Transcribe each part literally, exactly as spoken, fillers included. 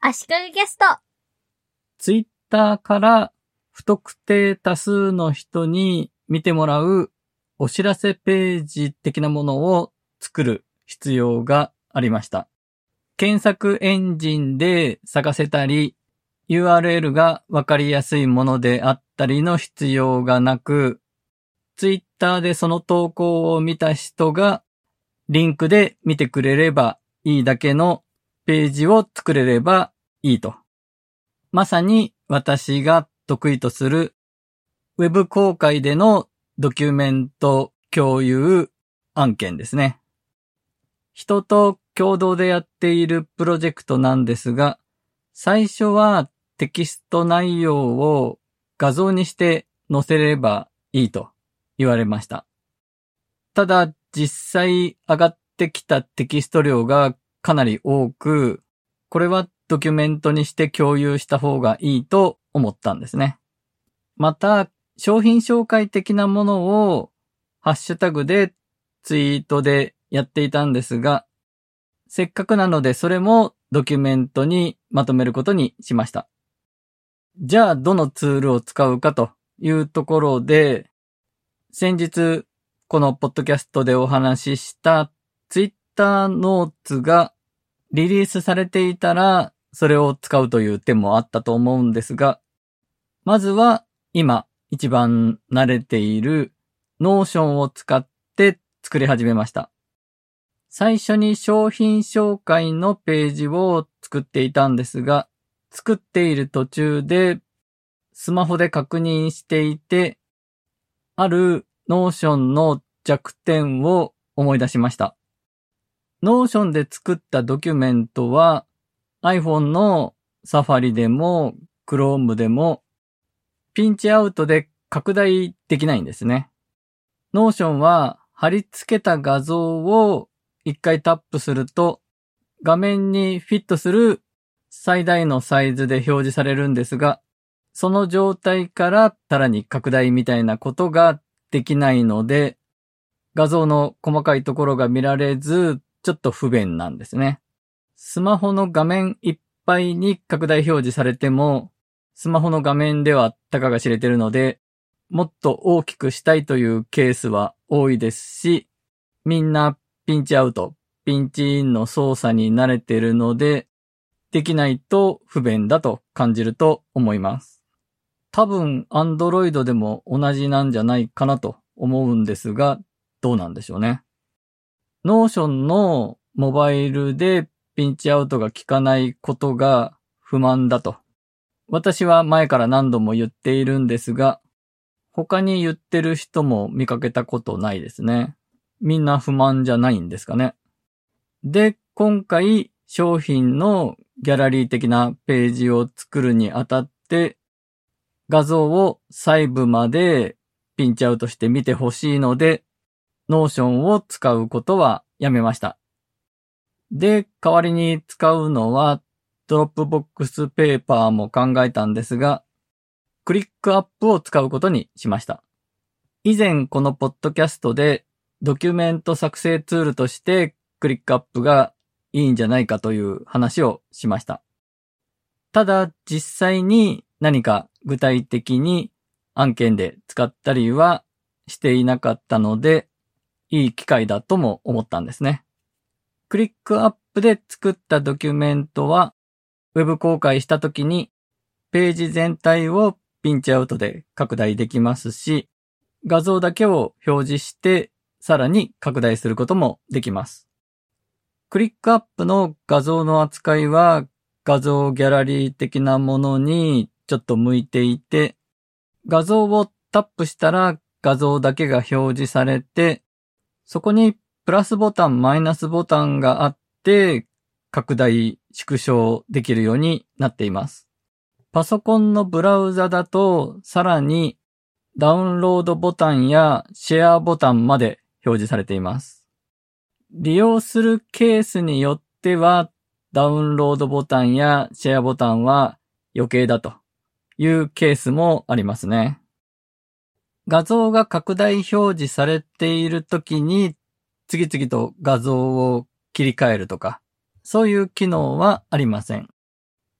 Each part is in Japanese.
足利ゲスト。 ツイッターから不特定多数の人に見てもらうお知らせページ的なものを作る必要がありました。検索エンジンで探せたり、ユーアールエル がわかりやすいものであったりの必要がなく、ツイッターでその投稿を見た人がリンクで見てくれればいいだけのページを作れればいいと。まさに私が得意とするウェブ公開でのドキュメント共有案件ですね。人と共同でやっているプロジェクトなんですが、最初はテキスト内容を画像にして載せればいいと言われました。ただ実際上がってきたテキスト量がかなり多く、これはドキュメントにして共有した方がいいと思ったんですね。また、商品紹介的なものをハッシュタグでツイートでやっていたんですが、せっかくなのでそれもドキュメントにまとめることにしました。じゃあどのツールを使うかというところで、先日このポッドキャストでお話ししたツイッターノーツがリリースされていたらそれを使うという手もあったと思うんですが、まずは今一番慣れているノーションを使って作り始めました。最初に商品紹介のページを作っていたんですが、作っている途中でスマホで確認していて、あるノーションの弱点を思い出しました。ノーションで作ったドキュメントは iPhone の Safari でも Chrome でもピンチアウトで拡大できないんですね。ノーションは貼り付けた画像を一回タップすると画面にフィットする最大のサイズで表示されるんですが、その状態からさらに拡大みたいなことができないので、画像の細かいところが見られず、ちょっと不便なんですね。スマホの画面いっぱいに拡大表示されても、スマホの画面ではたかが知れてるので、もっと大きくしたいというケースは多いですし、みんなピンチアウト、ピンチインの操作に慣れてるので、できないと不便だと感じると思います。多分 Android でも同じなんじゃないかなと思うんですが、どうなんでしょうね。Notion のモバイルでピンチアウトが効かないことが不満だと。私は前から何度も言っているんですが、他に言ってる人も見かけたことないですね。みんな不満じゃないんですかね。で、今回商品のギャラリー的なページを作るにあたって画像を細部までピンチアウトして見てほしいので、Notion を使うことはやめました。で、代わりに使うのはドロップボックスペーパーも考えたんですが、クリックアップを使うことにしました。以前このポッドキャストでドキュメント作成ツールとしてクリックアップがいいんじゃないかという話をしました。ただ実際に何か具体的に案件で使ったりはしていなかったので、いい機会だとも思ったんですね。クリックアップで作ったドキュメントはウェブ公開した時にページ全体をピンチアウトで拡大できますし、画像だけを表示してさらに拡大することもできます。クリックアップの画像の扱いは画像ギャラリー的なものにちょっと向いていて、画像をタップしたら画像だけが表示されて、そこにプラスボタン、マイナスボタンがあって拡大、縮小できるようになっています。パソコンのブラウザだとさらにダウンロードボタンやシェアボタンまで表示されています。利用するケースによってはダウンロードボタンやシェアボタンは余計だというケースもありますね。画像が拡大表示されているときに次々と画像を切り替えるとか、そういう機能はありません。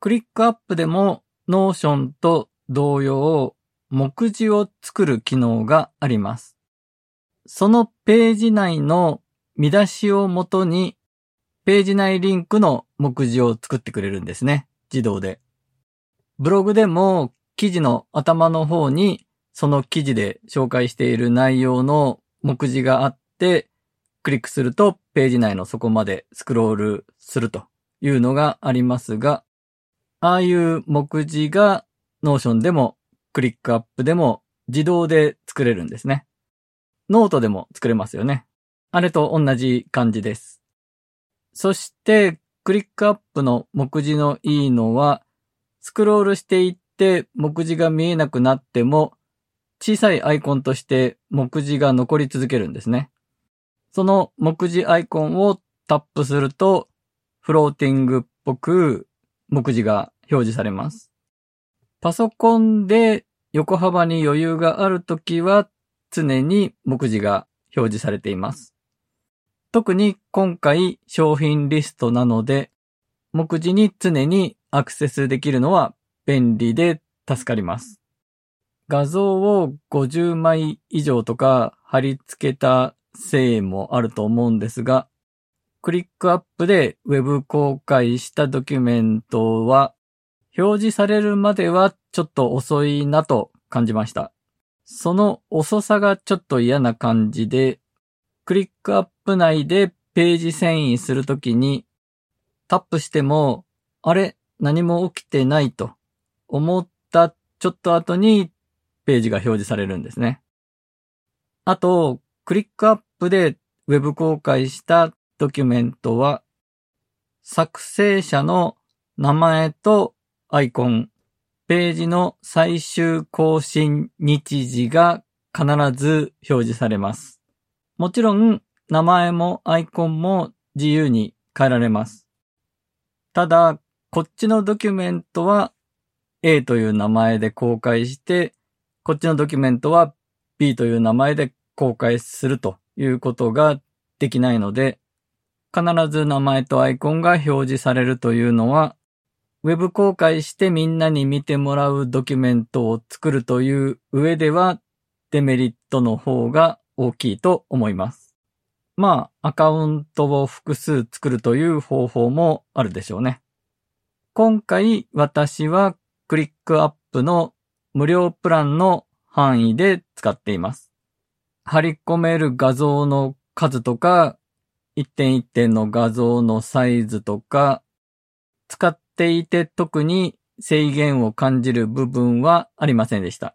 クリックアップでも Notion と同様、目次を作る機能があります。そのページ内の見出しをもとに、ページ内リンクの目次を作ってくれるんですね。自動で。ブログでも記事の頭の方にその記事で紹介している内容の目次があって、クリックするとページ内のそこまでスクロールするというのがありますが、ああいう目次が Notion でもクリックアップでも自動で作れるんですね。ノートでも作れますよね。あれと同じ感じです。そしてクリックアップの目次のいいのは、スクロールしていって目次が見えなくなっても、小さいアイコンとして目次が残り続けるんですね。その目次アイコンをタップすると、フローティングっぽく目次が表示されます。パソコンで横幅に余裕があるときは常に目次が表示されています。特に今回商品リストなので、目次に常にアクセスできるのは便利で助かります。画像をごじゅうまい以上とか貼り付けたせいもあると思うんですが、クリックアップでウェブ公開したドキュメントは表示されるまではちょっと遅いなと感じました。その遅さがちょっと嫌な感じで、クリックアップ内でページ遷移するときにタップしても、あれ何も起きてないと思ったちょっと後にページが表示されるんですね。あと、クリックアップでウェブ公開したドキュメントは、作成者の名前とアイコン、ページの最終更新日時が必ず表示されます。もちろん、名前もアイコンも自由に変えられます。ただ、こっちのドキュメントは A という名前で公開して、こっちのドキュメントは B という名前で公開するということができないので、必ず名前とアイコンが表示されるというのは、ウェブ公開してみんなに見てもらうドキュメントを作るという上では、デメリットの方が大きいと思います。まあ、アカウントを複数作るという方法もあるでしょうね。今回私はクリックアップの無料プランの範囲で使っています。貼り込める画像の数とか、一点一点の画像のサイズとか、使っていて特に制限を感じる部分はありませんでした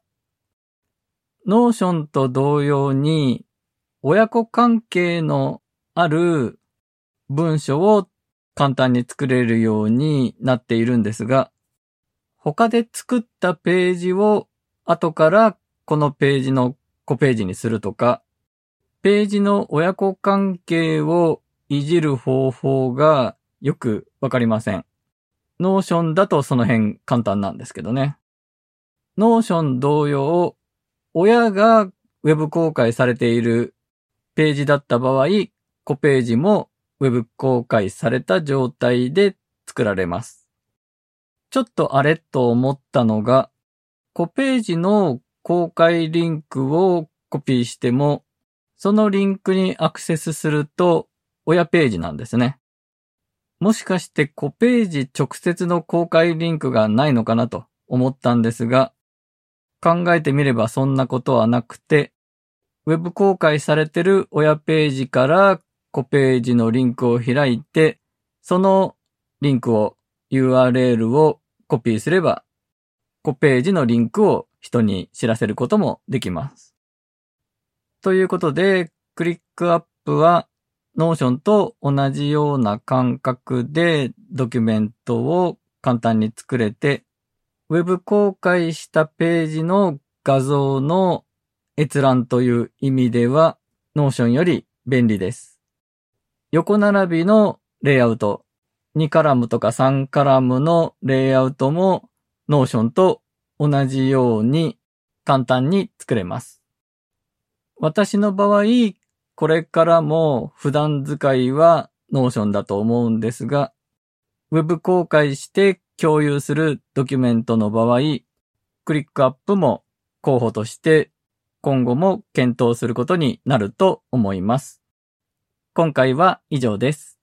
。Notion と同様に、親子関係のある文章を簡単に作れるようになっているんですが、他で作ったページを後からこのページのごページにするとか、ページの親子関係をいじる方法がよくわかりません。Notion だとその辺簡単なんですけどね。Notion 同様、親がウェブ公開されているページだった場合、ごページもウェブ公開された状態で作られます。ちょっとあれと思ったのが、ごページの公開リンクをコピーしても、そのリンクにアクセスすると親ページなんですね。もしかしてごページ直接の公開リンクがないのかなと思ったんですが、考えてみればそんなことはなくて、ウェブ公開されてる親ページからごページのリンクを開いて、そのリンクを ユーアールエル をコピーすれば、ごページのリンクを人に知らせることもできます。ということで、クリックアップは Notion と同じような感覚でドキュメントを簡単に作れて、ウェブ公開したページの画像の閲覧という意味では Notion より便利です。横並びのレイアウト、にカラムとかさんカラムのレイアウトも Notion と同じように簡単に作れます。私の場合、これからも普段使いは Notion だと思うんですが、ウェブ公開して共有するドキュメントの場合、クリックアップも候補として今後も検討することになると思います。今回は以上です。